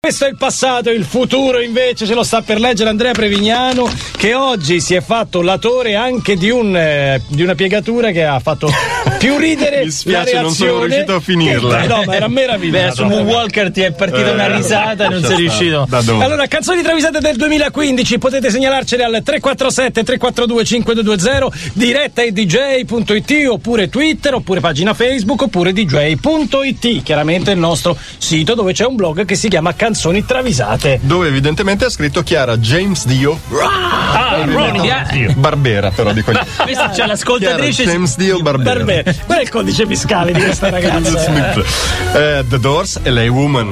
Questo è il passato, il futuro invece ce lo sta per leggere Andrea Prevignano, che oggi si è fatto l'autore anche di una piegatura che ha fatto più ridere. Mi spiace, non sono riuscito a finirla. No, ma era meraviglioso. Beh, su Moonwalker ti è partita una risata e non sei riuscito. Da dove? Allora, canzoni travisate del 2015, potete segnalarcele al 347 342 5220, diretta dj.it, oppure Twitter, oppure pagina Facebook, oppure dj.it, chiaramente il nostro sito dove c'è un blog che si chiama Canzoni Travisate, dove evidentemente ha scritto Chiara James Dio Barbera, però dico questa c'è l'ascoltatrice Chiara James Dio Barbera. Qual è il codice fiscale di questa ragazza? The Doors e Lay Woman.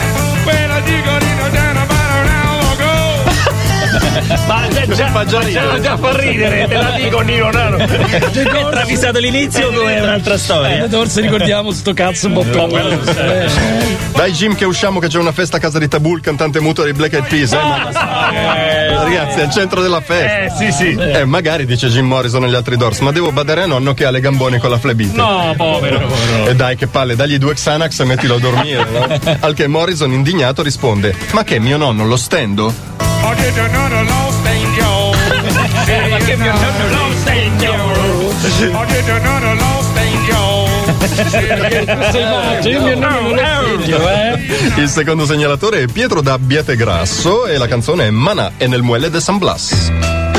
Ma già fa ridere, te la dico Nino Nano. Hai travisato l'inizio o è un'altra storia? The Doors, ricordiamo sto cazzo un po' Dai Jim che usciamo, che c'è una festa a casa di Tabù, il cantante muto dei Black Eyed Peas. Ragazzi, è il centro della festa. Sì. Magari dice Jim Morrison e gli altri Doors, ma devo badare a nonno che ha le gambone con la flebite. No, povero. E dai, che palle, dagli 2 Xanax e mettilo a dormire, no? Al che Morrison, indignato, risponde: ma che, mio nonno lo stendo? Ma che mio nonno lo stendo? Il secondo segnalatore è Pietro da Abbiategrasso e la canzone è Maná e nel muelle de San Blas.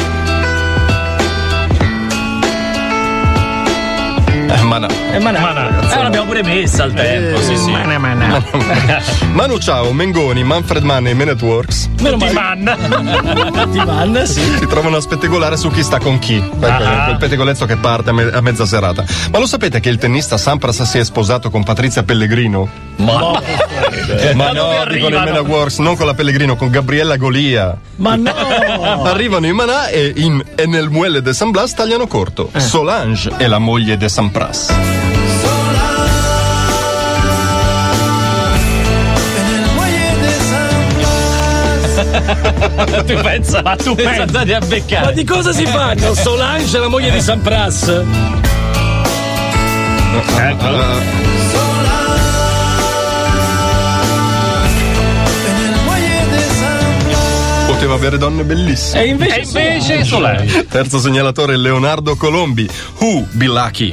Maná. L'abbiamo pure messa al tempo. Sì. Maná. Manu Ciao, Mengoni, Manfred Mann e Men at Works si trovano a spettegolare su chi sta con chi. Quel pettegolezzo che parte a mezza serata. Ma lo sapete che il tennista Sampras si è sposato con Patrizia Pellegrino? Ma no, dico nei Men at Works, non con la Pellegrino, con Gabriella Golia. Ma no! Arrivano in Maná e nel muelle de San Blas tagliano corto. Solange è la moglie de Sampras. Tu pensa andati a beccare. Ma di cosa si fanno? Solange è la moglie di Sampras? Poteva avere donne bellissime. E invece Solange. Terzo segnalatore Leonardo Colombi. Who be lucky?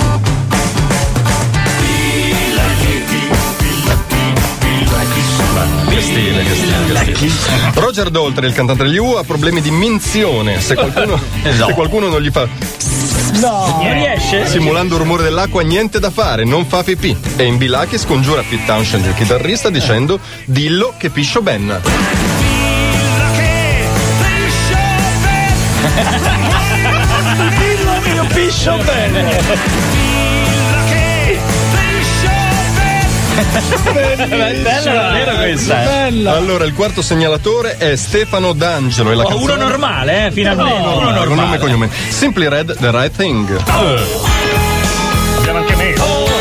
Che stile. Roger Daltrey, il cantante degli U, ha problemi di minzione. Se qualcuno non gli fa no, non riesce. Simulando il rumore dell'acqua, niente da fare, non fa pipì. E in Bilaki scongiura Pete Townshend, il chitarrista, dicendo: dillo che piscio ben. Dillo che io piscio bene. Bella davvero questa. Bella. Allora, il quarto segnalatore è Stefano D'Angelo. E la canzone... uno normale, finalmente. Uno con normale. nome e cognome. Simply Red, The Right Thing. Abbiamo anche me.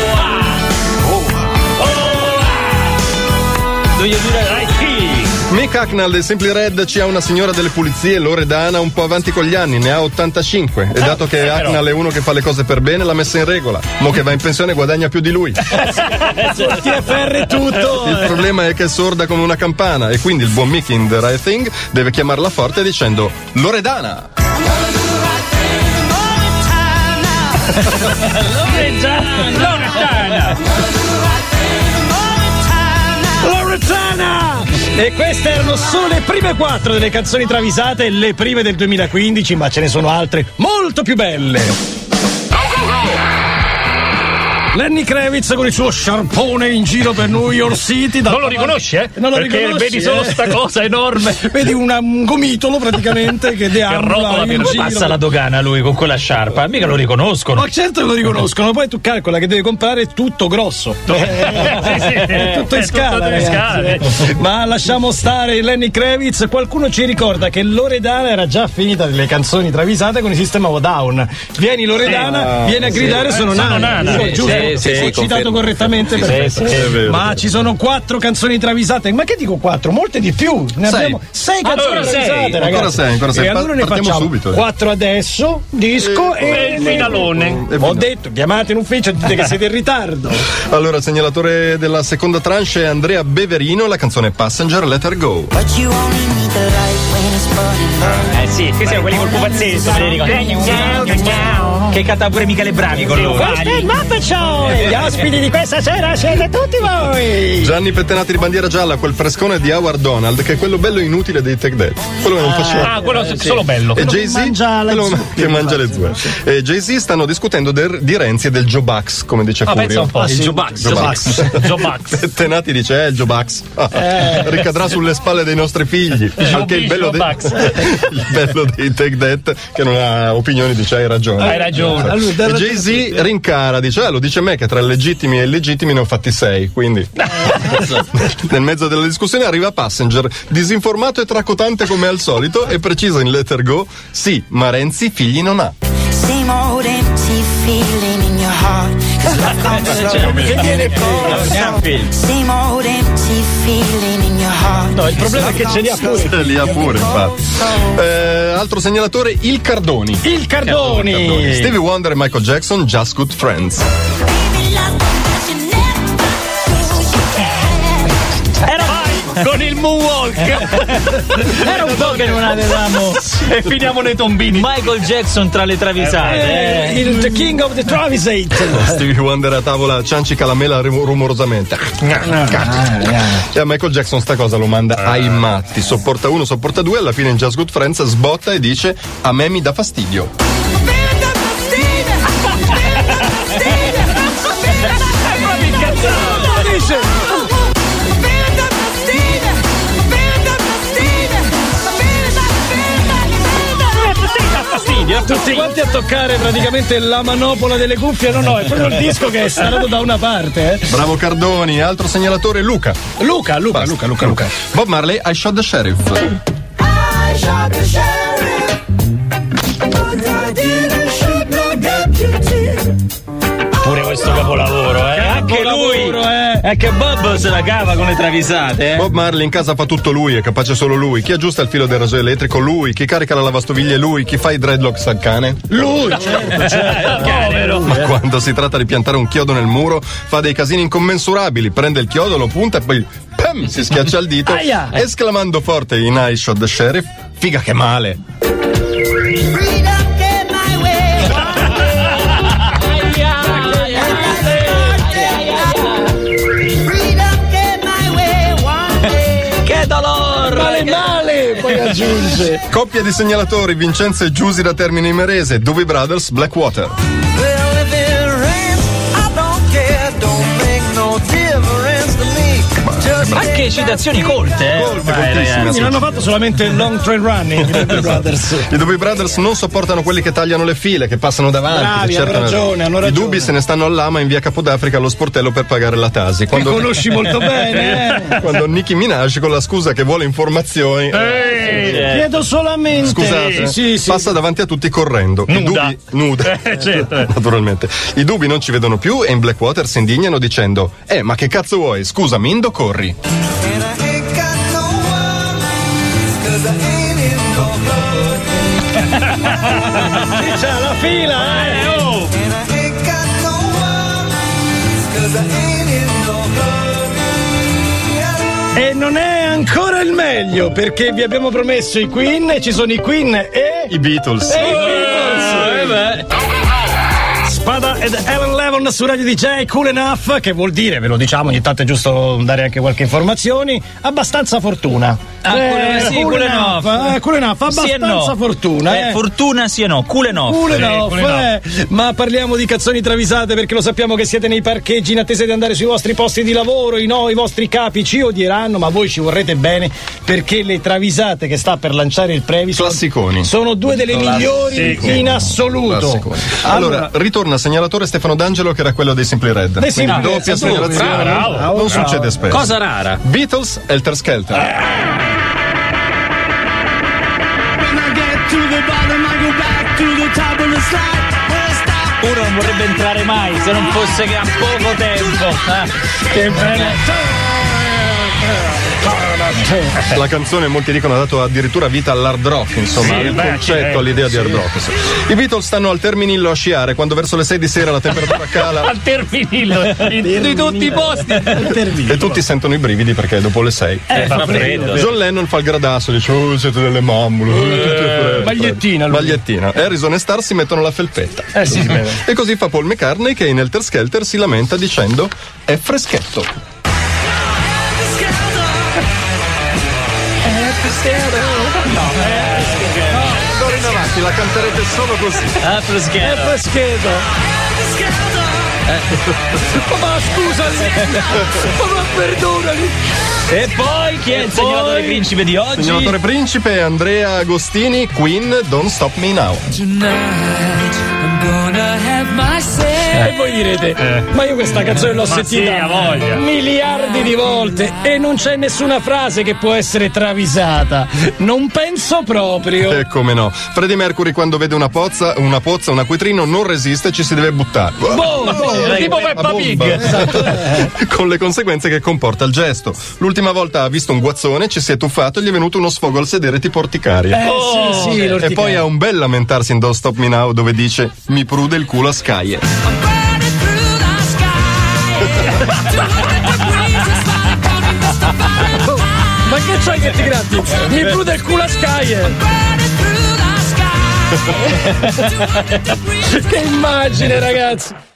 Do you do the right thing? Mick Hucknall del Simply Red ci ha una signora delle pulizie, Loredana, un po' avanti con gli anni, ne ha 85. E dato che Hucknall è uno che fa le cose per bene, l'ha messa in regola. Mo che va in pensione guadagna più di lui. TFR e tutto. Il problema è che è sorda come una campana e quindi il buon Mick in The Right Thing deve chiamarla forte dicendo: Loredana! Loredana! E queste erano solo le prime 4 delle canzoni travisate, le prime del 2015, ma ce ne sono altre molto più belle. Lenny Kravitz con il suo sciarpone in giro per New York City. Non lo riconosci, Non lo perché riconosci, vedi solo sta cosa enorme. Vedi un gomitolo praticamente che deambula in giro. Passa la dogana lui con quella sciarpa, mica lo riconoscono. Ma certo che lo riconoscono, poi tu calcola che deve comprare tutto grosso. Tutto in scala, ragazzi. Ma lasciamo stare Lenny Kravitz. Qualcuno ci ricorda che Loredana era già finita delle canzoni travisate con il sistema Down. Vieni Loredana, vieni a gridare, sono nana. Giusto? Ho citato correttamente. Ma ci sono 4 canzoni travisate. Ma che dico 4? Molte di più. Ne abbiamo 6 canzoni travisate, ragazzi. Ancora 6. E allora ne facciamo subito. 4 adesso, disco e il finalone. Ho detto, chiamate in ufficio e dite che siete in ritardo. Allora, il segnalatore della seconda tranche è Andrea Beverino, la canzone Passenger, Let Her Go. Sì, questi erano quelli col pupazzetto, me li ricordo. Che canta pure Michele Bravi con loro. Questo è il Muppet Show! Gli ospiti di questa sera siete tutti voi! Gianni Pettenati di bandiera gialla, quel frescone di Howard Donald, che è quello bello inutile dei Tech Dead. Quello che non faceva. Ah, quello solo bello. E Jay-Z, che mangia le zue. E Jay-Z stanno discutendo di Renzi e del Joe Bucks, come dice Furio. Pensa un po'. Il Joe Bucks. Pettenati dice, il Joe Bucks. Ricadrà sulle spalle dei nostri figli. Anche il bello dei Tech Dead, che non ha opinioni, dice, hai ragione. Hai ragione. E Jay-Z rincara, dice, lo dice me che tra legittimi e illegittimi ne ho fatti 6, quindi nel mezzo della discussione arriva Passenger, disinformato e tracotante come al solito, e precisa in Let Her Go, sì, ma Renzi figli non ha. No, il problema è che ce li ha pure. Ce li ha pure, infatti. Altro segnalatore, il Cardoni. Stevie Wonder e Michael Jackson, Just Good Friends. Con il moonwalk. Era un po' che non avevamo. E finiamo nei tombini. Michael Jackson tra le travisate. Il The King of the Travisate. Stevie Wonder a tavola ciancica la mela rumorosamente. E a Michael Jackson sta cosa lo manda ai matti. Sopporta 1, sopporta 2, alla fine in Just Good Friends sbotta e dice: a me mi dà fastidio. Tutti quanti a toccare praticamente la manopola delle cuffie. No, è proprio il disco che è stato da una parte. Bravo Cardoni. Altro segnalatore, Luca. Bob Marley, I Shot the Sheriff. I shot the sheriff, but I didn't shoot no deputy. Pure questo capolavoro, anche lui, anche Bob se la cava con le travisate. Bob Marley in casa fa tutto lui, è capace solo lui. Chi aggiusta il filo del rasoio elettrico? Lui. Chi carica la lavastoviglie? Lui. Chi fa i dreadlocks al cane? Lui, certo. Ma quando si tratta di piantare un chiodo nel muro fa dei casini incommensurabili. Prende il chiodo, lo punta e poi si schiaccia il dito, esclamando forte in I Shot the Sheriff: figa che male. Male, poi aggiunge. Coppia di segnalatori, Vincenzo e Giusy da Termini Imerese, Doobie Brothers, Blackwater. Anche citazioni colte, Quindi non hanno fatto solamente il long train running. I Doobie Brothers. I Doobie Brothers non sopportano quelli che tagliano le file, che passano davanti. Bravi, che hanno ragione. I Doobie se ne stanno all'ama in via Capodafrica allo sportello per pagare la Tasi. Quando conosci molto bene. Quando Nicki Minaj, con la scusa che vuole informazioni, chiedo solamente. Scusate, sì. passa davanti a tutti correndo. Nuda. Certo. Naturalmente. I Doobie non ci vedono più e in Blackwater si indignano dicendo: ma che cazzo vuoi? Scusami, Indo, corri. C'è la fila, E non è ancora il meglio, perché vi abbiamo promesso i Queen, e ci sono i Queen e i Beatles. Spada ed Ellen Levon su Radio DJ, Cool Enough, che vuol dire, ve lo diciamo, ogni tanto è giusto dare anche qualche informazione, abbastanza fortuna. Cool enough, abbastanza fortuna. Fortuna sì e no, cool enough. Ma parliamo di cazzoni travisate, perché lo sappiamo che siete nei parcheggi in attesa di andare sui vostri posti di lavoro. I vostri capi ci odieranno, ma voi ci vorrete bene, perché le travisate che sta per lanciare il Previso classiconi sono due delle migliori in assoluto. Allora, ritorna segnalatore Stefano D'Angelo, che era quello dei Simply Red. Doppia segnalazione. Non succede spesso. Cosa rara. Beatles, Helter Skelter. To the bottom, I go back to the top of the slide. When I stop uno non vorrebbe entrare mai se non fosse che ha poco tempo. Che bello. La canzone molti dicono ha dato addirittura vita all'hard rock, insomma, il concetto, all'idea di hard rock. I Beatles stanno al Terminillo a sciare quando verso le 6 di sera la temperatura cala. Al Terminillo, di tutti i posti. E tutti sentono i brividi perché è dopo le 6. Fa freddo. John Lennon fa il gradasso, dice: oh, siete delle mammole. Magliettina. Harrison e Starr si mettono la felpetta. Sì, e così fa Paul McCartney, che in Helter Skelter si lamenta dicendo: è freschetto. D'ora in avanti la canterete solo così. È freschetto. Ma scusali, ma perdonali. E poi chi è il segnalatore principe di oggi? Il segnalatore principe è Andrea Agostini, Queen, Don't Stop Me Now. E voi direte, ma io questa canzone l'ho sentita miliardi di volte e non c'è nessuna frase che può essere travisata. Non penso proprio. E come no? Freddie Mercury quando vede una pozza, un acquetrino non resiste e ci si deve buttare. Tipo Peppa Pig. Con le conseguenze che comporta il gesto. L'ultima volta ha visto un guazzone, ci si è tuffato e gli è venuto uno sfogo al sedere tipo orticaria. Sì, e poi ha un bel lamentarsi in Don't Stop Me Now dove dice: mi prude il culo a Sky. Ma che c'hai che ti gratti? Mi prude il culo a Sky. Che immagine, ragazzi.